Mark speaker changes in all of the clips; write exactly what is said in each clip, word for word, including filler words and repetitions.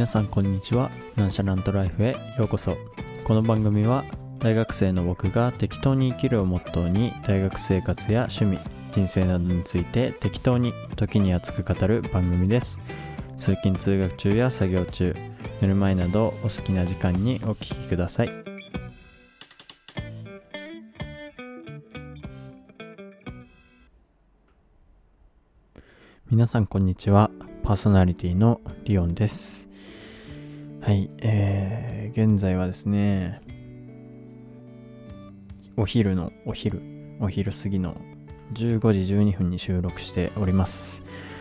Speaker 1: 皆さんこんにちは。ナンシャラントライフへようこそ。この番組は大学生の僕が適当に生きるをモットーに、大学生活や趣味、人生などについて適当に時に熱く語る番組です。通勤通学中や作業中、寝る前などお好きな時間にお聞きください。皆さんこんにちは。パーソナリティのリオンです。はい、えー、現在はですね、お昼のお昼お昼過ぎのじゅうごじじゅうにふんに収録しております。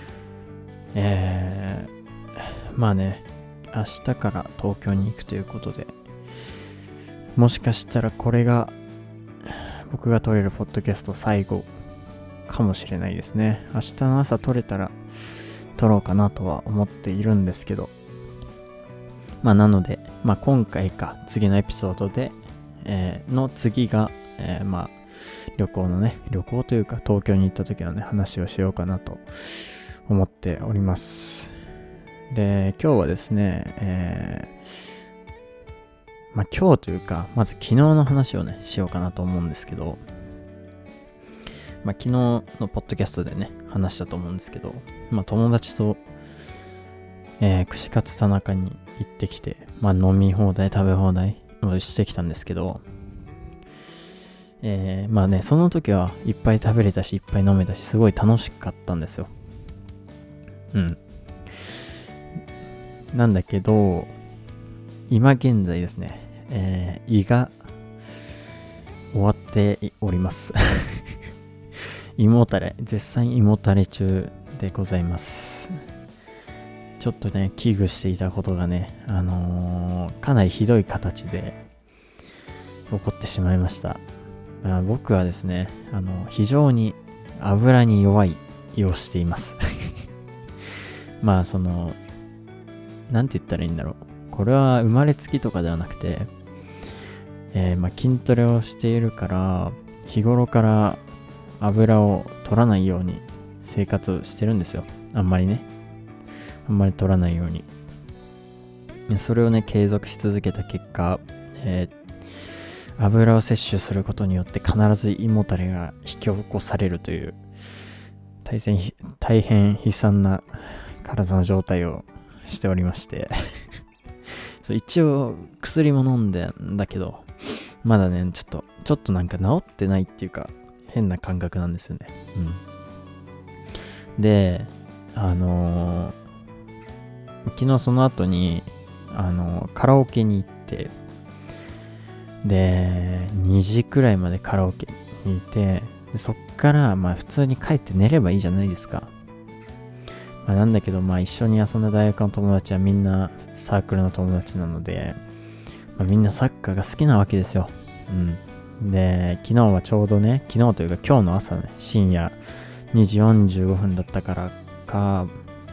Speaker 1: えー、まあね、明日から東京に行くということで、もしかしたらこれが僕が撮れるポッドキャスト最後かもしれないですね。明日の朝撮れたら撮ろうかなとは思っているんですけど、まあなので、まあ今回か次のエピソードで、えー、の次が、えー、まあ旅行のね、旅行というか東京に行った時のね、話をしようかなと思っております。で、今日はですね、えー、まあ今日というか、まず昨日の話をね、しようかなと思うんですけど、まあ昨日のポッドキャストでね、話したと思うんですけど、まあ友達と、えー、串カツ田中に行ってきて、まあ飲み放題食べ放題をしてきたんですけど、えー、まあね、その時はいっぱい食べれたし、いっぱい飲めたし、すごい楽しかったんですよ。うん。なんだけど、今現在ですね、えー、胃が終わっております。胃もたれ、絶賛胃もたれ中でございます。ちょっとね、危惧していたことがね、あのー、かなりひどい形で起こってしまいました。まあ、僕はですね、あの非常に油に弱い胃をしています。まあその、なんて言ったらいいんだろう。これは生まれつきとかではなくて、えー、まあ筋トレをしているから、日頃から油を取らないように生活してるんですよ。あんまりね。あんまり取らないように。それをね、継続し続けた結果、えー、油を摂取することによって必ず胃もたれが引き起こされるという大変、大変悲惨な体の状態をしておりましてそう一応薬も飲んでんだけど、まだね、ちょっと、ちょっとなんか治ってないっていうか、変な感覚なんですよね。うん。で、あのー、昨日その後に、あのー、カラオケに行って、で、にじくらいまでカラオケにいて、でそっから、まあ普通に帰って寝ればいいじゃないですか。まあなんだけど、まあ一緒に遊んだ大学の友達はみんなサークルの友達なので、まあ、みんなサッカーが好きなわけですよ。うん。で、昨日はちょうどね、昨日というか今日の朝ね、深夜にじよんじゅうごふんだったからか、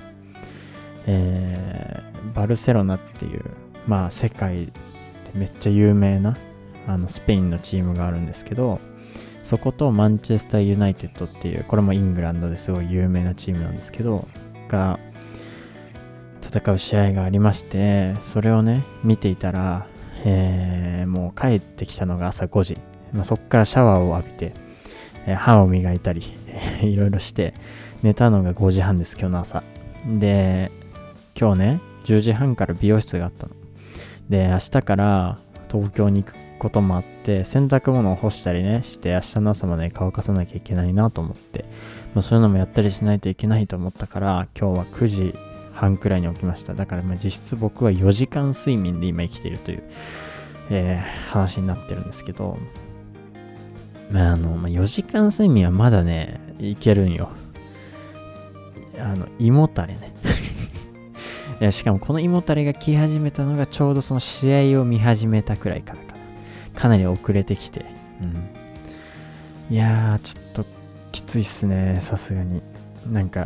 Speaker 1: えー、バルセロナっていう、まあ世界でめっちゃ有名な、あのスペインのチームがあるんですけど、そことマンチェスターユナイテッドっていう、これもイングランドですごい有名なチームなんですけど、が戦う試合がありまして、それをね、見ていたら、えー、もう帰ってきたのが朝ごじ、まあ、そっからシャワーを浴びて、えー、歯を磨いたりいろいろして寝たのがごじはんです。今日の朝で、今日ねじゅうじはんから美容室があったので、明日から東京に行くこともあって、洗濯物を干したりねして明日の朝まで乾かさなきゃいけないなと思って、まあ、そういうのもやったりしないといけないと思ったから、今日はくじはんくらいに起きました。だからまあ実質僕はよじかん睡眠で今生きているという、えー、話になってるんですけど、まああの、まあ、よじかん睡眠はまだねいけるんよ。あの胃もたれねいや、しかもこの胃もたれが来始めたのがちょうどその試合を見始めたくらいからかな。かなり遅れてきて、うん、いやーちょっときついっすね、さすがに。なんか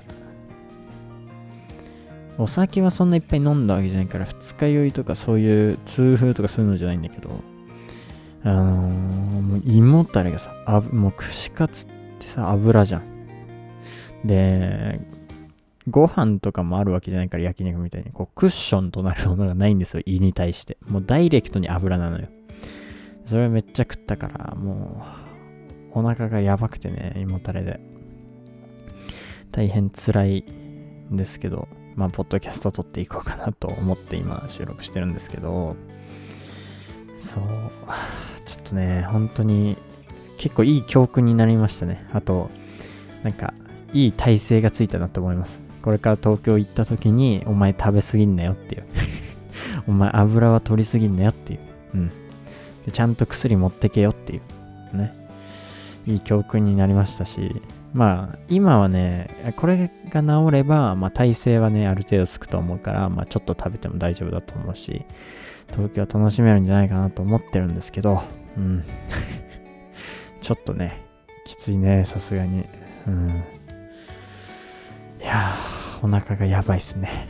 Speaker 1: お酒はそんないっぱい飲んだわけじゃないから、二日酔いとかそういう痛風とかそういうのじゃないんだけど、あのー、もう胃もたれがさ、あもう串カツってさ、油じゃん。で、 ご飯とかもあるわけじゃないから、焼肉みたいにこうクッションとなるものがないんですよ、胃に対して。もうダイレクトに油なのよ。それめっちゃ食ったから、もうお腹がやばくてね、胃もたれで大変辛いんですけど、まあポッドキャスト撮っていこうかなと思って今収録してるんですけど、そうちょっとね、本当に結構いい教訓になりましたね。あとなんかいい体勢がついたなと思います。これから東京行った時に、お前食べ過ぎんなよっていうお前油は取り過ぎんなよっていう、うんでちゃんと薬持ってけよっていうね、いい教訓になりましたし、まあ今はね、これが治れば、まあ体勢はねある程度つくと思うから、まあちょっと食べても大丈夫だと思うし、東京は楽しめるんじゃないかなと思ってるんですけど、うんちょっとねきついね、さすがに。うんいやー、お腹がやばいっすね。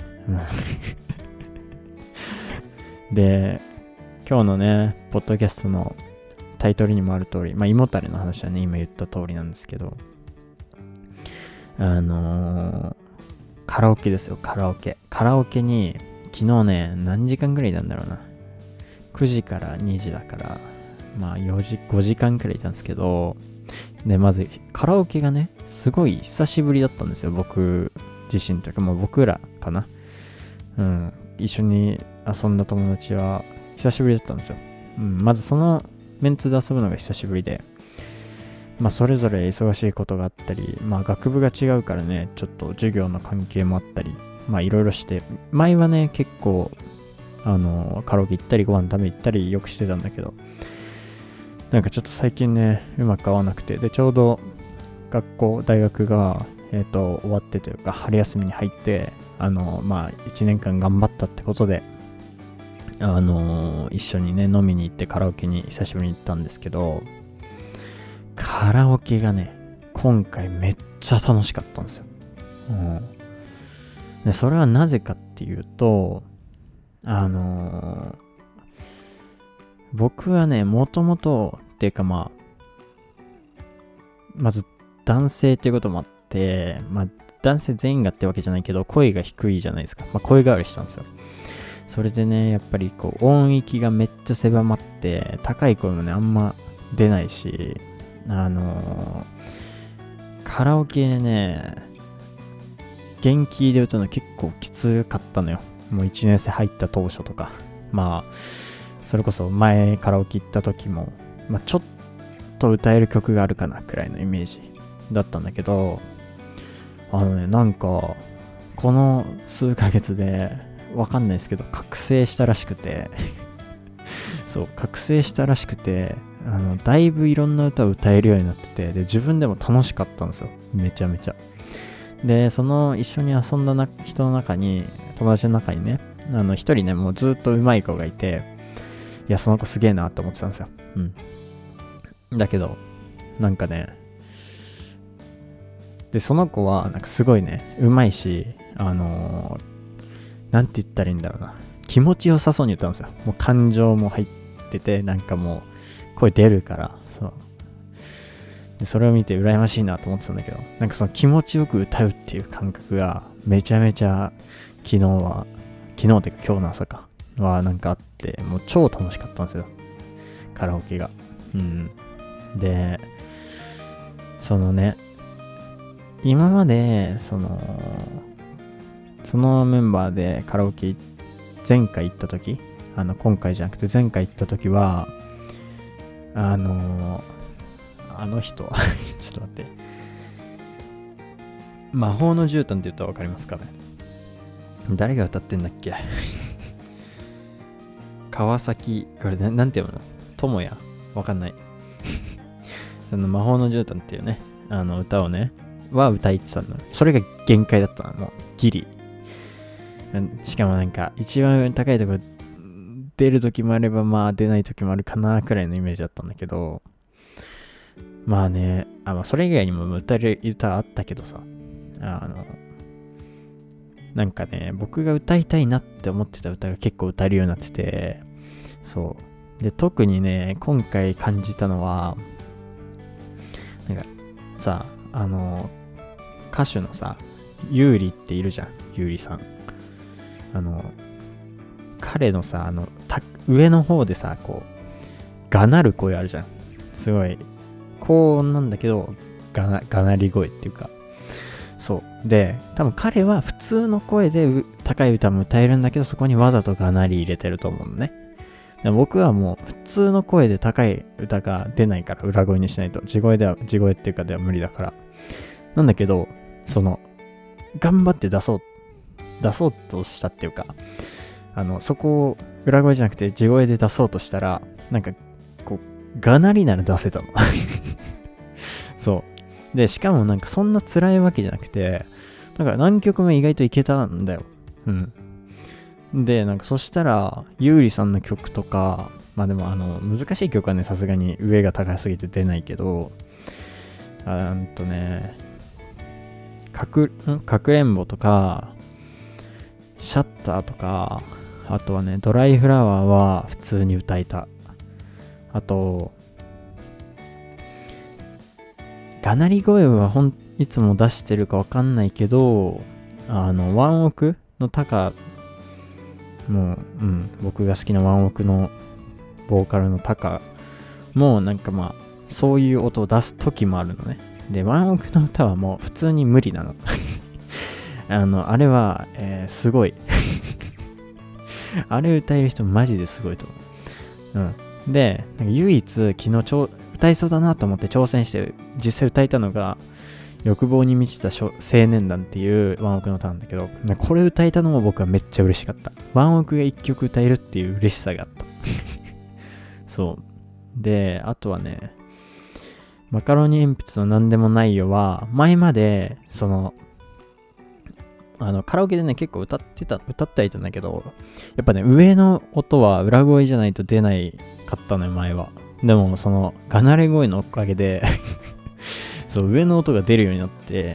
Speaker 1: うん、で、今日のね、ポッドキャストのタイトルにもある通り、まあ、胃もたれの話はね、今言った通りなんですけど、あのー、カラオケですよ、カラオケ。カラオケに、昨日ね、何時間ぐらいなんだろうな。くじからにじだから、まあよじ、ごじかんくらいいたんですけど、で、まずカラオケがね、すごい久しぶりだったんですよ、僕自身というか、まあ僕らかな。うん、一緒に遊んだ友達は久しぶりだったんですよ。うん、まずそのメンツで遊ぶのが久しぶりで、まあそれぞれ忙しいことがあったり、まあ学部が違うからね、ちょっと授業の関係もあったり、まあいろいろして、前はね、結構、あの、カラオケ行ったりご飯食べ行ったりよくしてたんだけど、なんかちょっと最近ね、うまく合わなくて、で、ちょうど学校、大学が、えっと、終わってというか、春休みに入って、あの、まあ、いちねんかん頑張ったってことで、あの、一緒にね、飲みに行ってカラオケに久しぶりに行ったんですけど、カラオケがね、今回めっちゃ楽しかったんですよ。うん。で、それはなぜかっていうと、あのー、僕はね、もともと、っていうかまあ、まず男性っていうこともあって、まあ男性全員がってわけじゃないけど、声が低いじゃないですか。まあ声変わりしたんですよ。それでね、やっぱりこう、音域がめっちゃ狭まって、高い声もね、あんま出ないし、あのー、カラオケでね、元気で歌うの結構きつかったのよ。もういちねん生入った当初とか。まあ、それこそ前カラオケ行った時も、まあ、ちょっと歌える曲があるかなくらいのイメージだったんだけど、あのね、なんかこの数ヶ月でわかんないですけど覚醒したらしくてそう覚醒したらしくて、あのだいぶいろんな歌を歌えるようになってて、で自分でも楽しかったんですよ、めちゃめちゃ。でその一緒に遊んだな人の中に、友達の中にね、あの一人ね、もうずっと上手い子がいて、いや、その子すげえなって思ってたんですよ。うん。だけど、なんかね、で、その子は、なんかすごいね、うまいし、あのー、なんて言ったらいいんだろうな。気持ちよさそうに言ったんですよ。もう感情も入ってて、なんかもう、声出るから、そう。で、それを見て羨ましいなと思ってたんだけど、なんかその気持ちよく歌うっていう感覚が、めちゃめちゃ、昨日は、昨日っていうか今日の朝か。はなんかあって、もう超楽しかったんですよ、カラオケが。うん。で、そのね、今までそのそのメンバーでカラオケ前回行った時、あの今回じゃなくて前回行った時は、あのあの人ちょっと待って、魔法の絨毯って言ったら分かりますかね。誰が歌ってんだっけ川崎、これな、なんて読むの？ともや？わかんない。その魔法の絨毯っていうね、あの歌をね、は歌いってたの。それが限界だったの、もう、ギリ。しかもなんか、一番高いところ出る時もあれば、まあ出ない時もあるかな、くらいのイメージだったんだけど、まあね、あ、まあそれ以外にも歌える歌あったけどさ、あの、なんかね、僕が歌いたいなって思ってた歌が結構歌えるようになってて、そう。で、特にね、今回感じたのは、なんか、さ、あの、歌手のさ、 ユーリっているじゃん、ユーリさん。あの彼のさ、あの上の方でさ、こうがなる声あるじゃん。すごい高音なんだけどがな、がなり声っていうか、そうで、多分彼は普通の声で高い歌も歌えるんだけど、そこにわざとがなり入れてると思うのね。でも僕はもう普通の声で高い歌が出ないから、裏声にしないと、地声では地声っていうかでは無理だから。なんだけど、その頑張って出そう出そうとしたっていうか、あのそこを裏声じゃなくて地声で出そうとしたら、なんかこうがなりなら出せたの。そうで、しかもなんかそんな辛いわけじゃなくて、なんか何曲も意外といけたんだよ。うんで、なんかそしたらゆうりさんの曲とか、まあでもあの難しい曲はね、さすがに上が高すぎて出ないけど、あんとねかくんかくれんぼとかシャッターとか、あとはねドライフラワーは普通に歌えた。あとがなり声はほんいつも出してるかわかんないけど、あのワンオクのタカもう、うん、僕が好きなワンオクのボーカルのタカもなんかまあそういう音を出す時もあるのね。でワンオクの歌はもう普通に無理なの。あのあれは、えー、すごい。あれ歌える人マジですごいと思う。うん。でなんか唯一昨日ちょ歌いそうだなと思って挑戦して実際歌えたのが欲望に満ちた青年団っていうワンオクの歌なんだけど、これ歌えたのも僕はめっちゃ嬉しかった。ワンオクが一曲歌えるっていう嬉しさがあった。そうで、あとはねマカロニ鉛筆のなんでもないよは前までそのあのカラオケでね結構歌ってた歌ってはいたんだけど、やっぱね上の音は裏声じゃないと出ないかったのよ前は。でもそのがなれ声のおかげでそう上の音が出るようになって、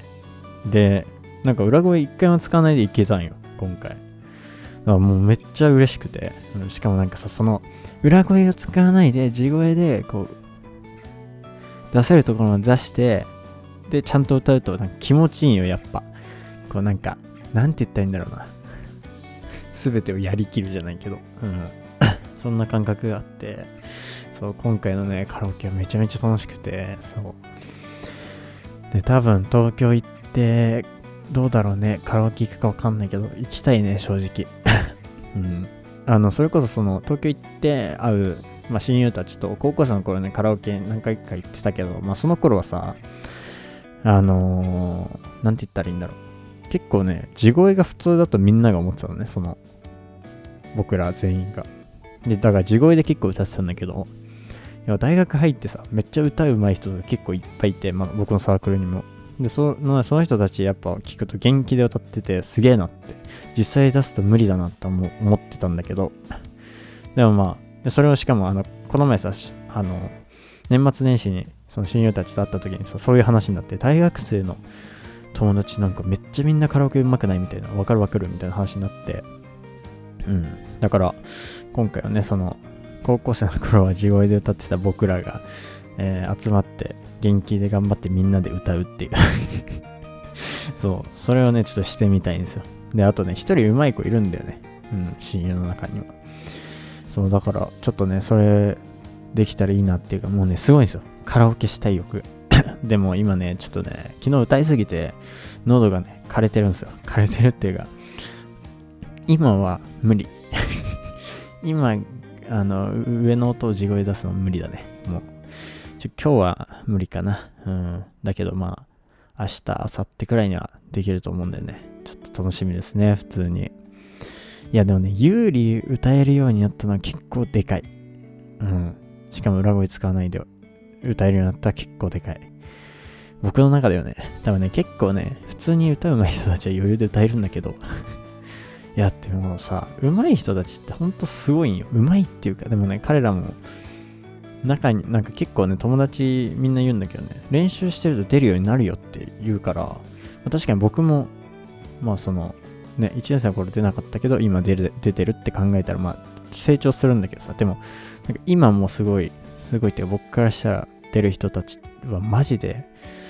Speaker 1: でなんか裏声一回も使わないでいけたんよ今回。だからもうめっちゃ嬉しくて、しかもなんかさ、その裏声を使わないで地声でこう出せるところまで出して、でちゃんと歌うとなんか気持ちいいよやっぱ。こうなんかなんて言ったらいいんだろうな、全てをやりきるじゃないけど、うん、そんな感覚があって、そう今回のねカラオケはめちゃめちゃ楽しくて、そうで多分東京行ってどうだろうね、カラオケ行くかわかんないけど行きたいね正直。うん、あのそれこそその東京行って会う、まあ、親友たちと高校生の頃ねカラオケ何回か行ってたけど、まあその頃はさ、あのー、なんて言ったらいいんだろう、結構ね地声が普通だとみんなが思ってたのね、その僕ら全員が。でだから地声で結構歌ってたんだけど、いや大学入ってさめっちゃ歌う上手い人が結構いっぱいいて、まあ、僕のサークルにも。で そ, のその人たちやっぱ聞くと元気で歌っててすげえなって、実際出すと無理だなって思ってたんだけど、でもまあでそれをしかもあのこの前さ、あの年末年始にその親友たちと会った時にさ、そういう話になって、大学生の友達なんかめっちゃみんなカラオケ上手くないみたいな、わかるわかるみたいな話になって、うんだから今回はね、その高校生の頃は地声で歌ってた僕らが、えー、集まって元気で頑張ってみんなで歌うっていうそうそれをねちょっとしてみたいんですよ。であとね一人上手い子いるんだよね、うん親友の中には。そうだからちょっとねそれできたらいいなっていうか、もうねすごいんですよカラオケしたい欲。でも今ねちょっとね昨日歌いすぎて喉がね枯れてるんですよ。枯れてるっていうか今は無理。今あの上の音を地声出すの無理だね。もうちょ今日は無理かな。うんだけどまあ明日明後日くらいにはできると思うんだよね。ちょっと楽しみですね普通に。いやでもね有利歌えるようになったのは結構でかい。うんしかも裏声使わないで歌えるようになったら結構でかい。僕の中ではね多分ね結構ね普通に歌うまい人たちは余裕で歌えるんだけどいやってもうさ、上手い人たちってほんとすごいんよ。上手いっていうか、でもね、彼らも中になんか結構ね、友達みんな言うんだけどね、練習してると出るようになるよって言うから、まあ、確かに僕も、まあその、ね、いちねん生の頃出なかったけど、今出る出てるって考えたら、まあ成長するんだけどさ、でも、なんか今もすごい、すごいっていうか僕からしたら出る人たちはマジで、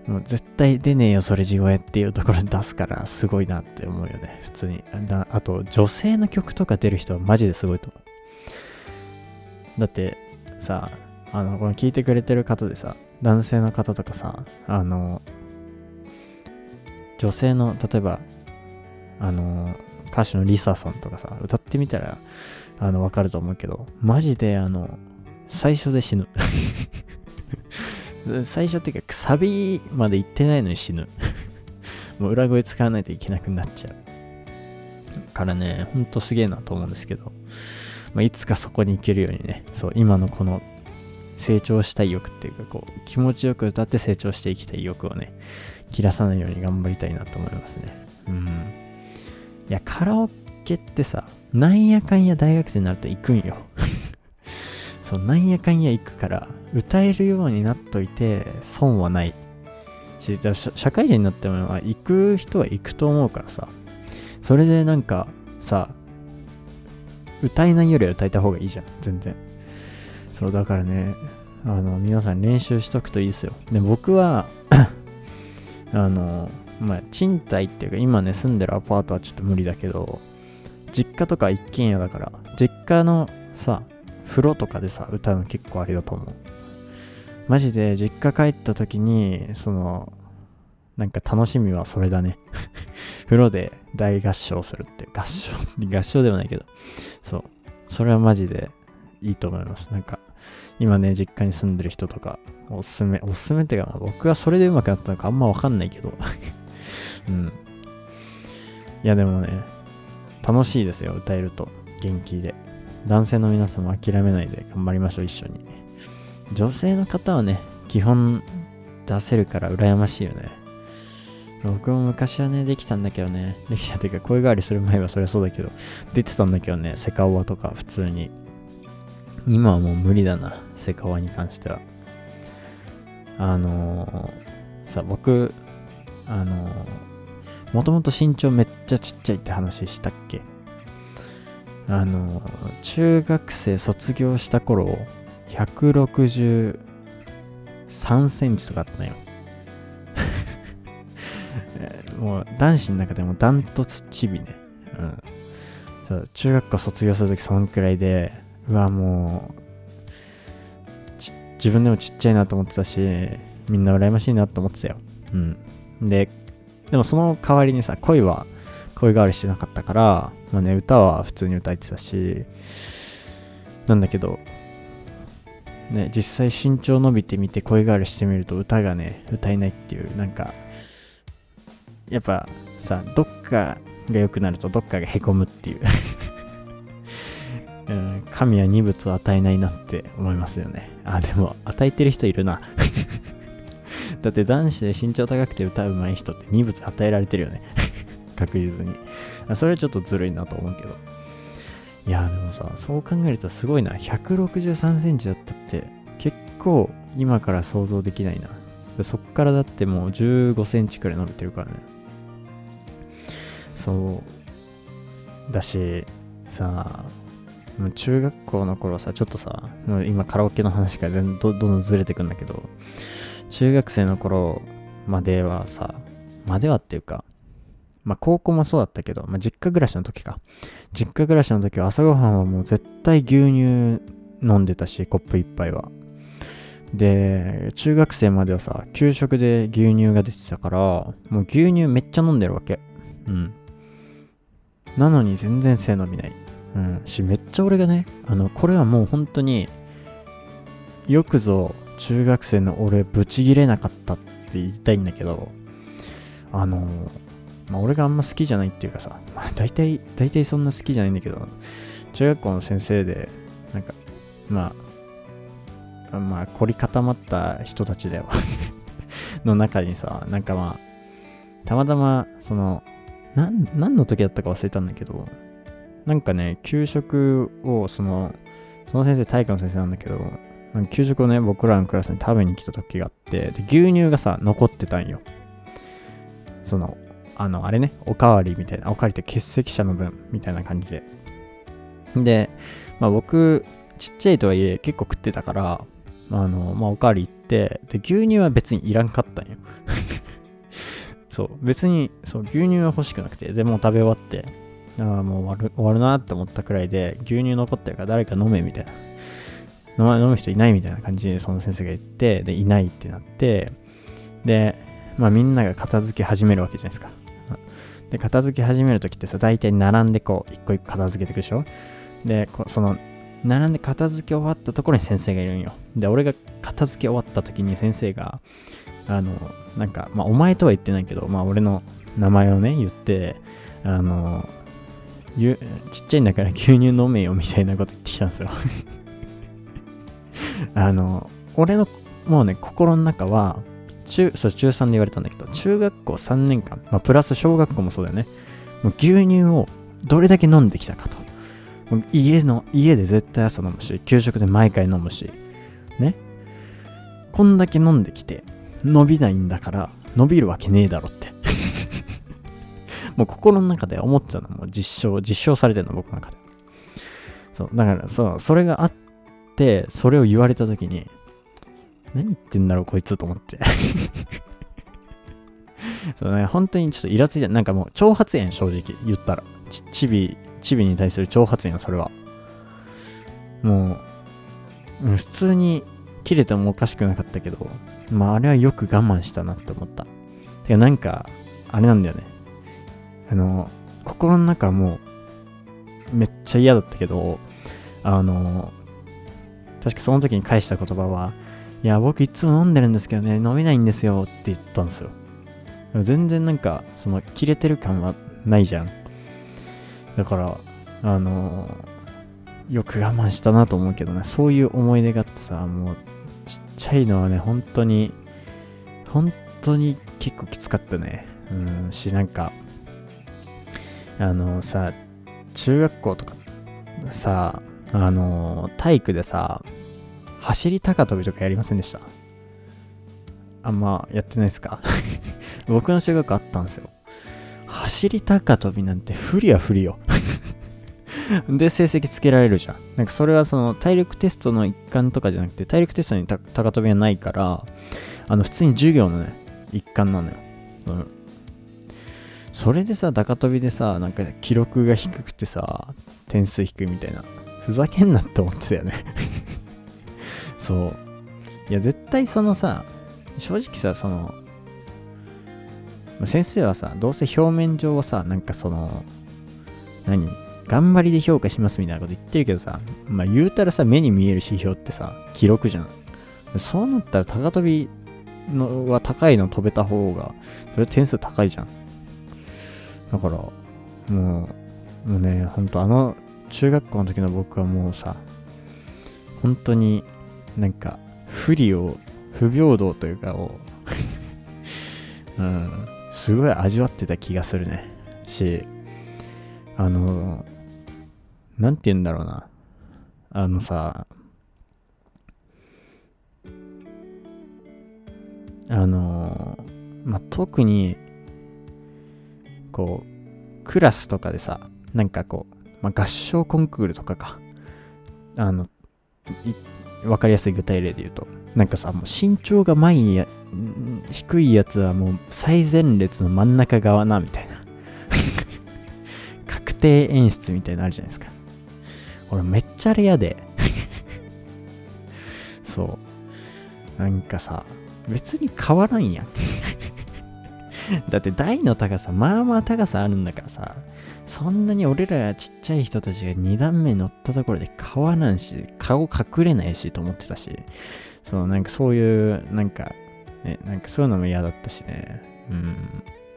Speaker 1: もう絶対出ねえよそれ地声っていうところに出すからすごいなって思うよね、普通に。だあと女性の曲とか出る人はマジですごいと思う。だってさ、あのこの聞いてくれてる方でさ、男性の方とかさ、あの女性の例えばあの歌手のリサさんとかさ歌ってみたらあの分かると思うけど、マジであの最初で死ぬ最初っていうかサビまで行ってないのに死ぬもう裏声使わないといけなくなっちゃうからね、ほんとすげえなと思うんですけど、まあ、いつかそこに行けるようにね、そう今のこの成長したい欲っていうか、こう気持ちよく歌って成長していきたい欲をね切らさないように頑張りたいなと思いますね。うん。いやカラオケってさ、なんやかんや大学生になると行くんよそうなんやかんや行くから歌えるようになっといて損はないし、じゃあ社会人になっても行く人は行くと思うからさ、それでなんかさ歌えないよりは歌えた方がいいじゃん全然。そうだからね、あの皆さん練習しとくといいですよ。で僕はあのまあ賃貸っていうか今ね住んでるアパートはちょっと無理だけど、実家とか一軒家だから実家のさ風呂とかでさ歌うの結構ありだと思う。マジで実家帰った時にそのなんか楽しみはそれだね風呂で大合唱するって、合唱合唱ではないけど、そうそれはマジでいいと思います。なんか今ね実家に住んでる人とかおすすめおすすめっていうか、僕はそれで上手くなったのかあんまわかんないけどうんいやでもね楽しいですよ、歌えると元気で。男性の皆さんも諦めないで頑張りましょう一緒に。女性の方はね基本出せるから羨ましいよね。僕も昔はねできたんだけどね、できたっていうか声変わりする前はそりゃそうだけど出てたんだけどね、セカオワとか普通に。今はもう無理だな、セカオワに関しては。あのー、さ僕あのー、もともと身長めっちゃちっちゃいって話したっけ。あのー、中学生卒業した頃ひゃくろくじゅうさんセンチとかあったのよもう男子の中でもダントツチビね。うん。そう中学校卒業するときそんくらいで、うわもうち自分でもちっちゃいなと思ってたし、みんな羨ましいなと思ってたよ。うん。で、でもその代わりにさ、声は声変わりしてなかったから、まあね歌は普通に歌えてたし、なんだけど。ね、実際身長伸びてみて声変わりしてみると歌がね歌えないっていう、なんかやっぱさどっかが良くなるとどっかがへこむっていう、うん、神は二物を与えないなって思いますよね。あでも与えてる人いるなだって男子で身長高くて歌う上手い人って二物与えられてるよね確実に。それはちょっとずるいなと思うけど、いやでもさそう考えるとすごいな。ひゃくろくじゅうさんセンチだったって結構今から想像できないな。そっからだってもうじゅうごセンチくらい伸びてるからね。そうだしさ、もう中学校の頃さちょっとさ、もう今カラオケの話から全然 ど, どんどんずれてくんだけど、中学生の頃まではさまではっていうかまあ高校もそうだったけど、まあ実家暮らしの時か。実家暮らしの時は朝ごはんはもう絶対牛乳飲んでたし、コップ一杯は。で、中学生まではさ、給食で牛乳が出てたから、もう牛乳めっちゃ飲んでるわけ。うん。なのに全然背伸びない。うん。し、めっちゃ俺がね、あの、これはもう本当によくぞ中学生の俺ブチギレなかったって言いたいんだけど、あのまあ、俺があんま好きじゃないっていうかさ、まあ、大体、大体そんな好きじゃないんだけど、中学校の先生で、なんか、まあ、まあ、凝り固まった人たちだよの中にさ、なんかまあ、たまたま、その、なん、何の時だったか忘れたんだけど、なんかね、給食を、その、その先生、体育の先生なんだけど、なんか給食をね、僕らのクラスに食べに来た時があって、で、牛乳がさ、残ってたんよ。その、あの、あれね、おかわりみたいな、おかわりって欠席者の分みたいな感じで。で、まあ僕、ちっちゃいとはいえ結構食ってたから、あの、まあおかわり行って、で牛乳は別にいらんかったんよそう別にそう牛乳は欲しくなくて、でもう食べ終わって、ああもう終わる終わるなって思ったくらいで、牛乳残ってるから誰か飲めみたいな、飲む人いないみたいな感じでその先生が言って、でいないってなって、でまあみんなが片付け始めるわけじゃないですか。で片付け始めるときってさ、大体並んでこう一個一個片付けていくでしょ。でこその並んで片付け終わったところに先生がいるんよ。で俺が片付け終わった時に先生があのなんかまあお前とは言ってないけど、まあ俺の名前をね言って、あのゆちっちゃいんだから牛乳飲めよみたいなこと言ってきたんですよあの俺のもうね心の中は中そう中さんで言われたんだけど、中学校さんねんかん、まあ、プラス小学校もそうだよね、もう牛乳をどれだけ飲んできたかと。もう家の家で絶対朝飲むし、給食で毎回飲むしね、こんだけ飲んできて伸びないんだから伸びるわけねえだろってもう心の中で思ってたの。もう実証実証されてるの僕の中で。そうだからそうそれがあって、それを言われた時に何言ってんだろうこいつと思ってそうね、本当にちょっとイラついて、なんかもう挑発炎、正直言ったらちちびチビに対する挑発炎、それはもう、うん、普通に切れてもおかしくなかったけど、まああれはよく我慢したなって思った。てかなんかあれなんだよね、あの心の中もうめっちゃ嫌だったけど、あの確かその時に返した言葉は、いや僕いつも飲んでるんですけどね、飲めないんですよって言ったんですよ。全然なんかその切れてる感はないじゃん。だからあのー、よく我慢したなと思うけどね、そういう思い出があってさ、もうちっちゃいのはね本当に本当に結構きつかったね。うんし、なんかあのー、さ中学校とかさ、あのー、体育でさ走り高跳びとかやりませんでした？あんまやってないですか僕の中学校あったんですよ。走り高跳びなんて不利は不利よで成績つけられるじゃん。なんかそれはその体力テストの一環とかじゃなくて、体力テストにた高跳びはないから、あの普通に授業のね一環なのよ、うん、それでさ高跳びでさ、なんか記録が低くてさ点数低いみたいな、ふざけんなって思ってたよねそういや絶対そのさ、正直さ、その先生はさどうせ表面上はさ、なんかその何頑張りで評価しますみたいなこと言ってるけどさ、まあ言うたらさ目に見える指標ってさ記録じゃん。そうなったら高跳びのは高いの飛べた方がそれ点数高いじゃん。だからもうもうね、ほんとあの中学校の時の僕はもうさ、本当になんか不利を不平等というかをうんすごい味わってた気がするね。し、あのなんて言うんだろうな、あのさあのまあ特にこうクラスとかでさ、なんかこう、まあ、合唱コンクールとかか、あのわかりやすい具体例で言うと、なんかさ、もう身長が前にや低いやつはもう最前列の真ん中側なみたいな確定演出みたいなのあるじゃないですか。俺めっちゃあれやでそうなんかさ別に変わらんやんだって台の高さまあまあ高さあるんだからさ、そんなに俺らちっちゃい人たちがに段目乗ったところで変わらんし、顔隠れないしと思ってたし、そうなんかそういうなんかね、なんかそういうのも嫌だったしね。うん。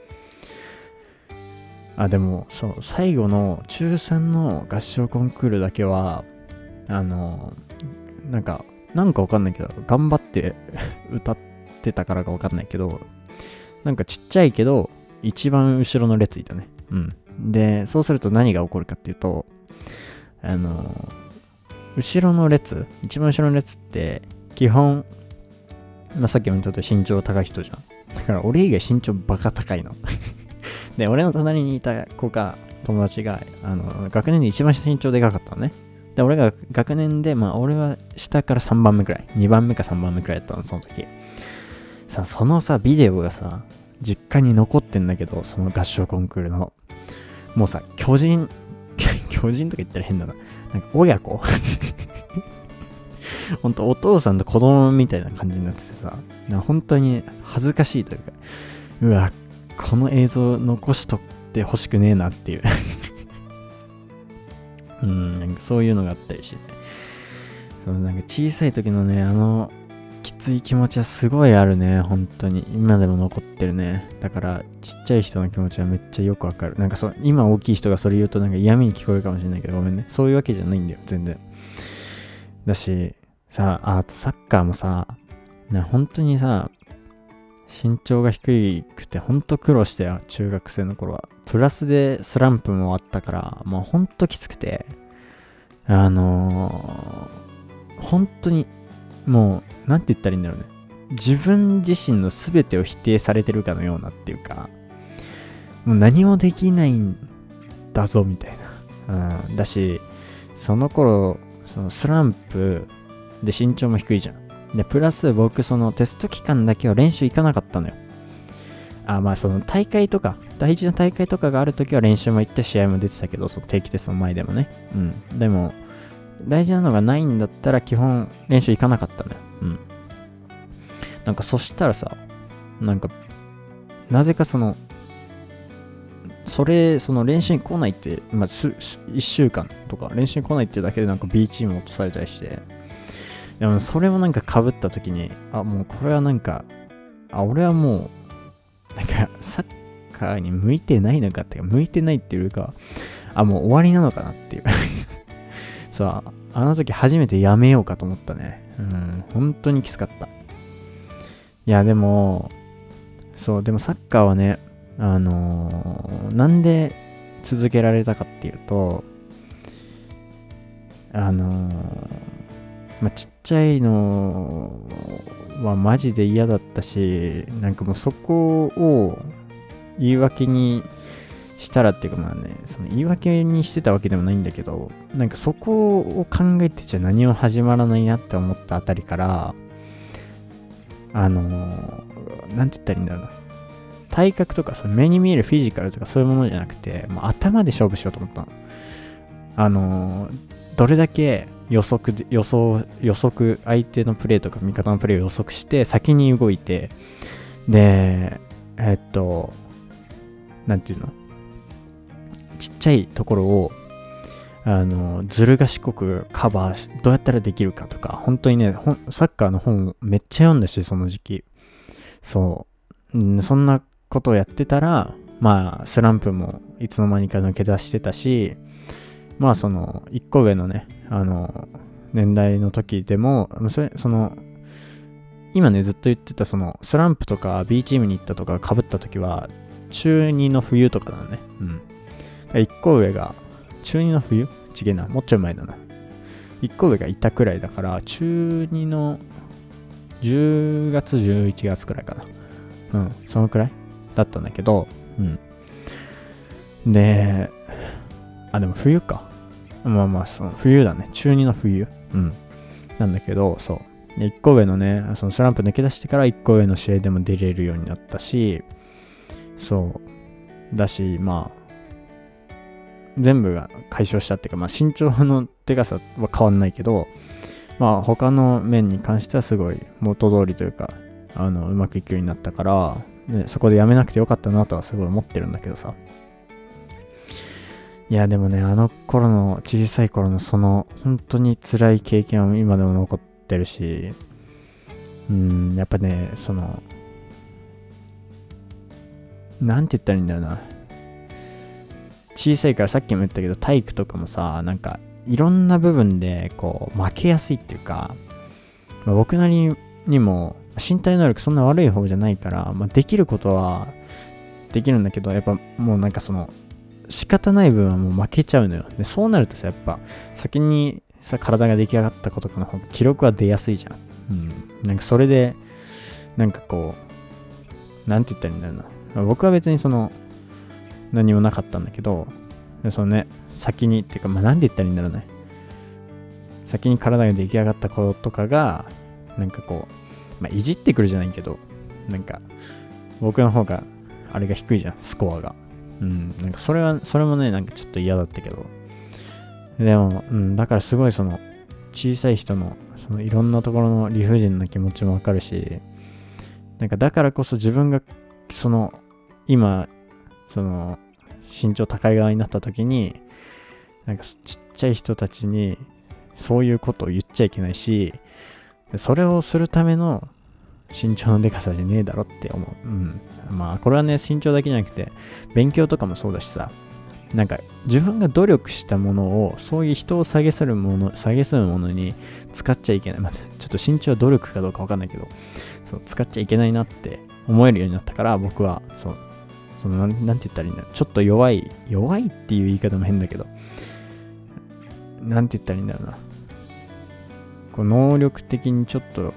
Speaker 1: あ、でもそう最後の中さんの合唱コンクールだけはあのなんかなんかわかんないけど頑張って歌ってたからかわかんないけど、なんかちっちゃいけど一番後ろの列いたね。うん。でそうすると何が起こるかっていうと、あの後ろの列、一番後ろの列って基本、まあ、さっきも言ったと身長高い人じゃん。だから俺以外身長バカ高いので俺の隣にいた子が友達があの学年で一番身長でかかったのね。 で、俺が学年で、まあ俺は下からさんばんめくらい、にばんめかさんばんめくらいだったの、その時。さ、そのさ、ビデオがさ、実家に残ってんだけど、その合唱コンクールの。もうさ、巨人、巨人とか言ったら変だな。なんか親子ほんとお父さんと子供みたいな感じになっててさ、な本当に恥ずかしいというか、うわ、この映像残しとってほしくねえなっていううん、なんかそういうのがあったりしてね。そのなんか小さい時のね、あのきつい気持ちはすごいあるね、本当に。今でも残ってるね。だからちっちゃい人の気持ちはめっちゃよくわかる。なんかそう、今大きい人がそれ言うとなんか嫌味に聞こえるかもしれないけど、ごめんね。そういうわけじゃないんだよ、全然。だし、さあ、あとサッカーもさ、な本当にさ、身長が低くて本当苦労したよ、中学生の頃は。プラスでスランプもあったから、もう本当きつくて、あのー、本当に、もう、なんて言ったらいいんだろうね。自分自身の全てを否定されてるかのようなっていうか、もう何もできないんだぞ、みたいな。うん、だし、その頃、そのスランプで身長も低いじゃん。で、プラス僕、そのテスト期間だけは練習行かなかったのよ。あ、まあその大会とか、大事な大会とかがあるときは練習も行って試合も出てたけど、その定期テストの前でもね。うん。でも、大事なのがないんだったら基本練習行かなかったのよ。うん。なんかそしたらさ、なんか、なぜかその、それ、その練習に来ないって、まあ、すいっしゅうかんとか練習に来ないってだけでなんか B チーム落とされたりして、でもそれもなんか被った時に、あ、もうこれはなんか、あ、俺はもう、なんかサッカーに向いてないのかっていうか、向いてないっていうか、あ、もう終わりなのかなっていう。さあ、あの時初めてやめようかと思ったね。うん、本当にきつかった。いや、でも、そう、でもサッカーはね、あのー、なんで続けられたかっていうと、あのー、まあ、ちっちゃいのはマジで嫌だったし、なんかもうそこを言い訳にしたらっていうか、まあね、その言い訳にしてたわけでもないんだけど、なんかそこを考えてちゃ何も始まらないなって思ったあたりから、あのー、なんて言ったらいいんだろうな。体格とかその目に見えるフィジカルとかそういうものじゃなくて、もう頭で勝負しようと思ったの。あのー、どれだけ予測で、予想、予測、相手のプレーとか味方のプレーを予測して先に動いて、で、えっと、なんていうの？ちっちゃいところを、あの、ずる賢くカバーし、どうやったらできるかとか、本当にね、サッカーの本めっちゃ読んだし、その時期。そう。うん、そんなことをやってたら、まあ、スランプもいつの間にか抜け出してたし、まあ、その、一個上のね、あの、年代の時でも、それ、その、今ね、ずっと言ってた、その、スランプとか B チームに行ったとか被った時は、中にの冬とかだね。うん。一個上が、中にの冬？ちげえな。もうちょい前だな。一個上がいたくらいだから、中にのじゅうがつ、じゅういちがつくらいかな。うん。そのくらいだったんだけど、うん。で、あ、でも冬か。まあまあ、その冬だね。中にの冬。うん。なんだけど、そう。で、一個上のね、そのスランプ抜け出してから一個上の試合でも出れるようになったし、そう。だし、まあ、全部が解消したっていうか、まあ身長のでかさは変わんないけど、まあ他の面に関してはすごい元通りというか、あの、うまくいくようになったから、ね、そこでやめなくてよかったなとはすごい思ってるんだけどさ。いやでもね、あの頃の、小さい頃のその本当に辛い経験は今でも残ってるし、うーん、やっぱね、その、なんて言ったらいいんだろうな。小さいからさっきも言ったけど、体育とかもさ、なんかいろんな部分でこう負けやすいっていうか、まあ、僕なりにも身体能力そんな悪い方じゃないから、まあ、できることはできるんだけど、やっぱもうなんかその仕方ない分はもう負けちゃうのよ。で、そうなるとさ、やっぱ先にさ、体が出来上がったことかの方が記録は出やすいじゃん。うん。なんかそれで、なんかこう、なんて言ったらいいんだろうな。まあ、僕は別にその、何もなかったんだけど、そのね、先にっていうか、まあなんで言ったらいいんだろうね。 先に体が出来上がった子とかがなんかこう、まあ、いじってくるじゃないけど、なんか僕の方があれが低いじゃん、スコアが。うん、なんかそれはそれもね、なんかちょっと嫌だったけど、でも、うん、だからすごいその小さい人のそのいろんなところの理不尽な気持ちもわかるし、なんかだからこそ自分がその今その身長高い側になった時に、なんかちっちゃい人たちにそういうことを言っちゃいけないし、それをするための身長のでかさじゃねえだろって思う。うん。まあこれはね、身長だけじゃなくて勉強とかもそうだしさ、なんか自分が努力したものをそういう人を下げするもの、下げするものに使っちゃいけない。まあ、ちょっと身長努力かどうかわかんないけど、そう使っちゃいけないなって思えるようになったから、僕はそうそのなん、なんて言ったらいいんだろう、ちょっと弱い弱いっていう言い方も変だけど、なんて言ったらいいんだろうな、こう能力的にちょっと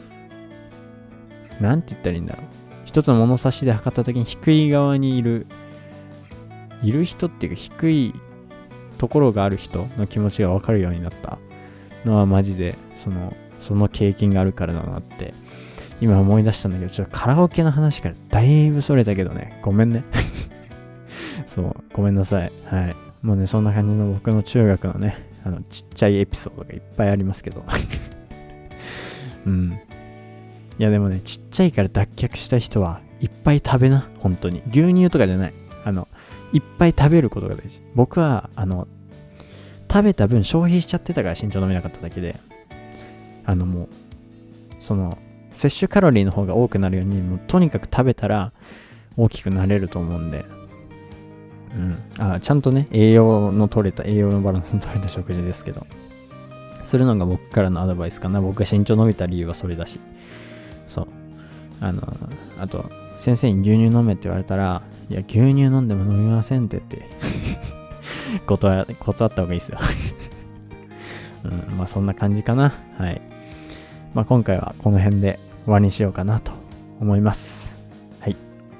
Speaker 1: なんて言ったらいいんだろう、一つの物差しで測った時に低い側にいるいる人っていうか、低いところがある人の気持ちが分かるようになったのはマジでそのその経験があるからだなって今思い出したんだけど、ちょっとカラオケの話からだいぶそれたけどね、ごめんねそうごめんなさい。はい、もうね、そんな感じの僕の中学のね、あのちっちゃいエピソードがいっぱいありますけどうん、いやでもね、ちっちゃいから脱却した人はいっぱい食べな、本当に。牛乳とかじゃない、あのいっぱい食べることが大事。僕はあの食べた分消費しちゃってたから身長伸びなかっただけで、あのもうその摂取カロリーの方が多くなるように、もうとにかく食べたら大きくなれると思うんで、うん、あちゃんとね、栄養の取れた栄養のバランスの取れた食事ですけど、するのが僕からのアドバイスかな。僕が身長伸びた理由はそれだし、そうあのあと先生に牛乳飲めって言われたら、いや牛乳飲んでも飲みませんってって断断った方がいいですよ、うん、まあそんな感じかな。はい、まあ今回はこの辺で終わりにしようかなと思います。はい、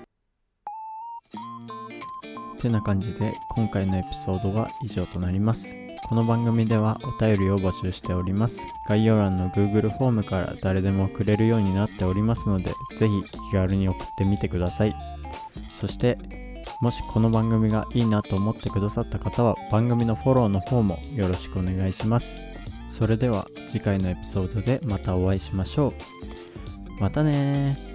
Speaker 1: てな感じで今回のエピソードは以上となります。この番組ではお便りを募集しております。概要欄の Google フォームから誰でも送れるようになっておりますので、ぜひ気軽に送ってみてください。そしてもしこの番組がいいなと思ってくださった方は、番組のフォローの方もよろしくお願いします。それでは次回のエピソードでまたお会いしましょう。またねー。